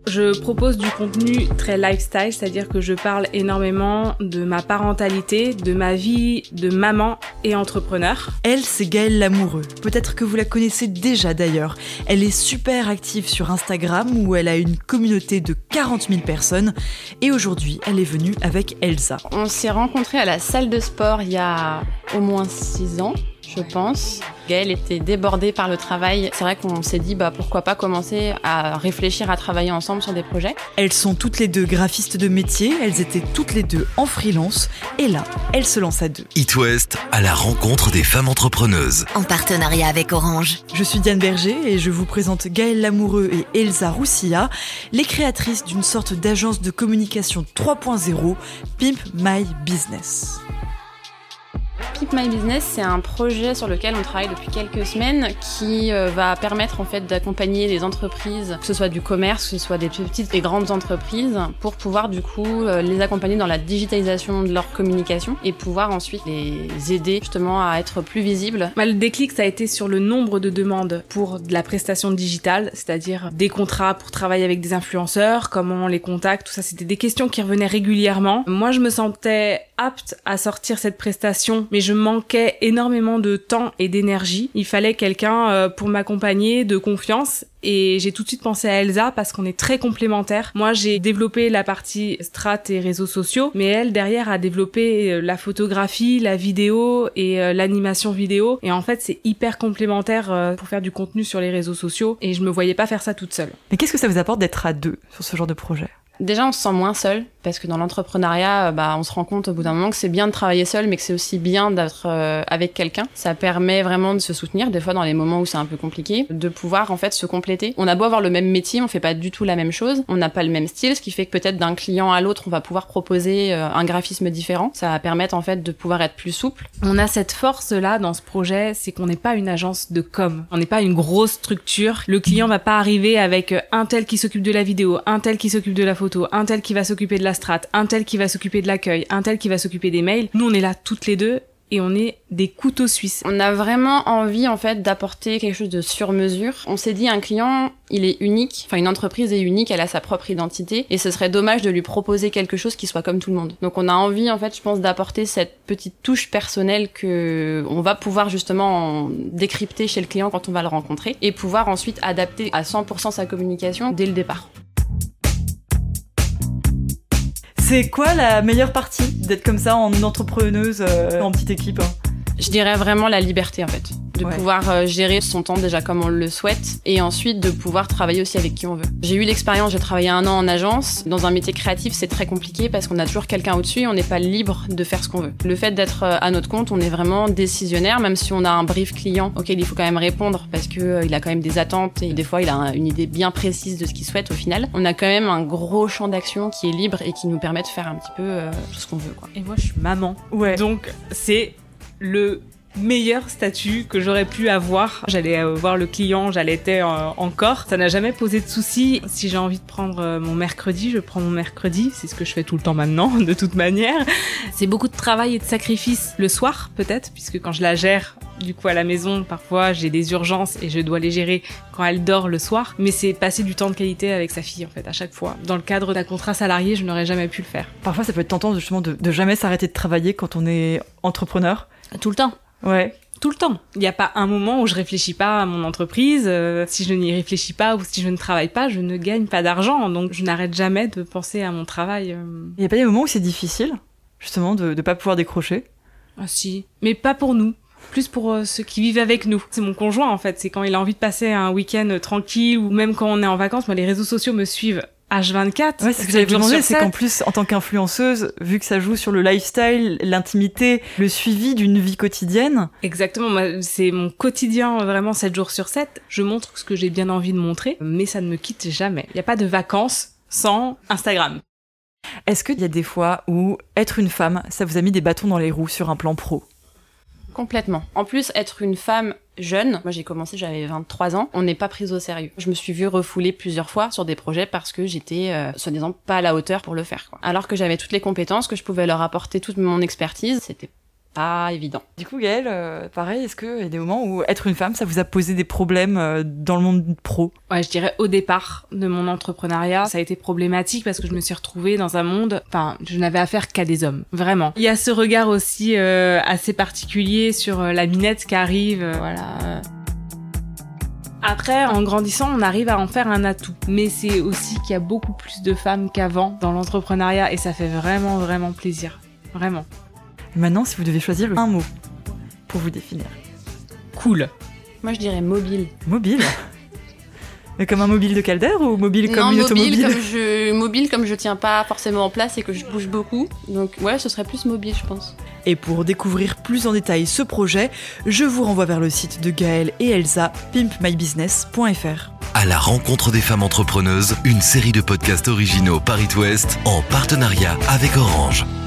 Je propose du contenu très lifestyle, c'est-à-dire que je parle énormément de ma parentalité, de ma vie de maman et entrepreneur. Elle, c'est Gaëlle Lamoureux. Peut-être que vous la connaissez déjà d'ailleurs. Elle est super active sur Instagram où elle a une communauté de 40 000 personnes. Et aujourd'hui, elle est venue avec Elsa. On s'est rencontrés à la salle de sport il y a au moins 6 ans. Je pense. Gaëlle était débordée par le travail. C'est vrai qu'on s'est dit pourquoi pas commencer à réfléchir à travailler ensemble sur des projets. Elles sont toutes les deux graphistes de métier, elles étaient toutes les deux en freelance et là, elles se lancent à deux. It West à la rencontre des femmes entrepreneuses. En partenariat avec Orange. Je suis Diane Berger et je vous présente Gaëlle Lamoureux et Elsa Roussilla, les créatrices d'une sorte d'agence de communication 3.0, Pimp My Business. Pimp My Business, c'est un projet sur lequel on travaille depuis quelques semaines qui va permettre en fait d'accompagner les entreprises, que ce soit du commerce, que ce soit des petites et grandes entreprises, pour pouvoir du coup les accompagner dans la digitalisation de leur communication et pouvoir ensuite les aider justement à être plus visibles. Le déclic, ça a été sur le nombre de demandes pour de la prestation digitale, c'est-à-dire des contrats pour travailler avec des influenceurs, comment on les contacte, tout ça, c'était des questions qui revenaient régulièrement. Moi, je me sentais apte à sortir cette prestation, mais je manquais énormément de temps et d'énergie. Il fallait quelqu'un pour m'accompagner, de confiance. Et j'ai tout de suite pensé à Elsa parce qu'on est très complémentaires. Moi, j'ai développé la partie strat et réseaux sociaux, mais elle, derrière, a développé la photographie, la vidéo et l'animation vidéo. Et en fait, c'est hyper complémentaire pour faire du contenu sur les réseaux sociaux. Et je me voyais pas faire ça toute seule. Mais qu'est-ce que ça vous apporte d'être à deux sur ce genre de projet ? Déjà, on se sent moins seul, parce que dans l'entrepreneuriat, on se rend compte au bout d'un moment que c'est bien de travailler seul, mais que c'est aussi bien d'être avec quelqu'un. Ça permet vraiment de se soutenir, des fois dans les moments où c'est un peu compliqué, de pouvoir en fait se compléter. On a beau avoir le même métier, on fait pas du tout la même chose, on n'a pas le même style, ce qui fait que peut-être d'un client à l'autre, on va pouvoir proposer un graphisme différent. Ça va permettre en fait de pouvoir être plus souple. On a cette force-là dans ce projet, c'est qu'on n'est pas une agence de com, on n'est pas une grosse structure. Le client va pas arriver avec un tel qui s'occupe de la vidéo, un tel qui s'occupe de la photo, un tel qui va s'occuper de la strat, un tel qui va s'occuper de l'accueil, un tel qui va s'occuper des mails. Nous, on est là toutes les deux et on est des couteaux suisses. On a vraiment envie, en fait, d'apporter quelque chose de sur mesure. On s'est dit, un client, il est unique. Enfin, une entreprise est unique, elle a sa propre identité. Et ce serait dommage de lui proposer quelque chose qui soit comme tout le monde. Donc, on a envie, en fait, je pense, d'apporter cette petite touche personnelle que on va pouvoir, justement, décrypter chez le client quand on va le rencontrer. Et pouvoir ensuite adapter à 100% sa communication dès le départ. C'est quoi la meilleure partie d'être comme ça en entrepreneuse, en petite équipe ? Je dirais vraiment la liberté en fait, de pouvoir gérer son temps déjà comme on le souhaite et ensuite de pouvoir travailler aussi avec qui on veut. J'ai eu l'expérience, j'ai travaillé 1 an en agence. Dans un métier créatif, c'est très compliqué parce qu'on a toujours quelqu'un au-dessus et on n'est pas libre de faire ce qu'on veut. Le fait d'être à notre compte, on est vraiment décisionnaire, même si on a un brief client auquel il faut quand même répondre parce que il a quand même des attentes et des fois il a une idée bien précise de ce qu'il souhaite au final. On a quand même un gros champ d'action qui est libre et qui nous permet de faire un petit peu tout ce qu'on veut, quoi. Et moi, je suis maman. Donc, c'est le meilleur statut que j'aurais pu avoir. J'allais voir le client, j'allaitais encore. Ça n'a jamais posé de soucis. Si j'ai envie de prendre mon mercredi, je prends mon mercredi. C'est ce que je fais tout le temps maintenant, de toute manière. C'est beaucoup de travail et de sacrifice le soir, peut-être, puisque quand je la gère, du coup, à la maison, parfois, j'ai des urgences et je dois les gérer quand elle dort le soir. Mais c'est passer du temps de qualité avec sa fille, en fait, à chaque fois. Dans le cadre d'un contrat salarié, je n'aurais jamais pu le faire. Parfois, ça peut être tentant, justement, de jamais s'arrêter de travailler quand on est entrepreneur. Tout le temps. Ouais. Tout le temps. Il n'y a pas un moment où je réfléchis pas à mon entreprise. Si je n'y réfléchis pas ou si je ne travaille pas, je ne gagne pas d'argent. Donc, je n'arrête jamais de penser à mon travail. Il n'y a pas des moments où c'est difficile, justement, de ne pas pouvoir décrocher ? Ah si, mais pas pour nous. Plus pour ceux qui vivent avec nous. C'est mon conjoint, en fait. C'est quand il a envie de passer un week-end tranquille ou même quand on est en vacances. Moi, les réseaux sociaux me suivent H24. Ouais, c'est ce que j'allais vous demander, c'est qu'en plus, en tant qu'influenceuse, vu que ça joue sur le lifestyle, l'intimité, le suivi d'une vie quotidienne. Exactement, moi, c'est mon quotidien, vraiment 7 jours sur 7. Je montre ce que j'ai bien envie de montrer, mais ça ne me quitte jamais. Il n'y a pas de vacances sans Instagram. Est-ce qu'il y a des fois où être une femme, ça vous a mis des bâtons dans les roues sur un plan pro ? Complètement. En plus, être une femme jeune, moi j'ai commencé, j'avais 23 ans, on n'est pas prise au sérieux. Je me suis vue refouler plusieurs fois sur des projets parce que j'étais, soi-disant, pas à la hauteur pour le faire, quoi. Alors que j'avais toutes les compétences, que je pouvais leur apporter toute mon expertise, c'était pas évident. Du coup, Gaëlle, pareil, est-ce qu'il y a des moments où être une femme, ça vous a posé des problèmes dans le monde pro ? Ouais, je dirais au départ de mon entrepreneuriat, ça a été problématique parce que je me suis retrouvée dans un monde, je n'avais affaire qu'à des hommes, vraiment. Il y a ce regard aussi assez particulier sur la minette qui arrive, voilà. Après, en grandissant, on arrive à en faire un atout. Mais c'est aussi qu'il y a beaucoup plus de femmes qu'avant dans l'entrepreneuriat et ça fait vraiment, vraiment plaisir. Vraiment. Et maintenant, si vous devez choisir un mot pour vous définir. Cool. Moi, je dirais mobile. Mobile ? Mais comme un mobile de Calder ou mobile comme une automobile ? Mobile comme je tiens pas forcément en place et que je bouge beaucoup. Donc ouais, ce serait plus mobile, je pense. Et pour découvrir plus en détail ce projet, je vous renvoie vers le site de Gaëlle et Elsa, pimpmybusiness.fr. À la rencontre des femmes entrepreneuses, une série de podcasts originaux Paris West en partenariat avec Orange.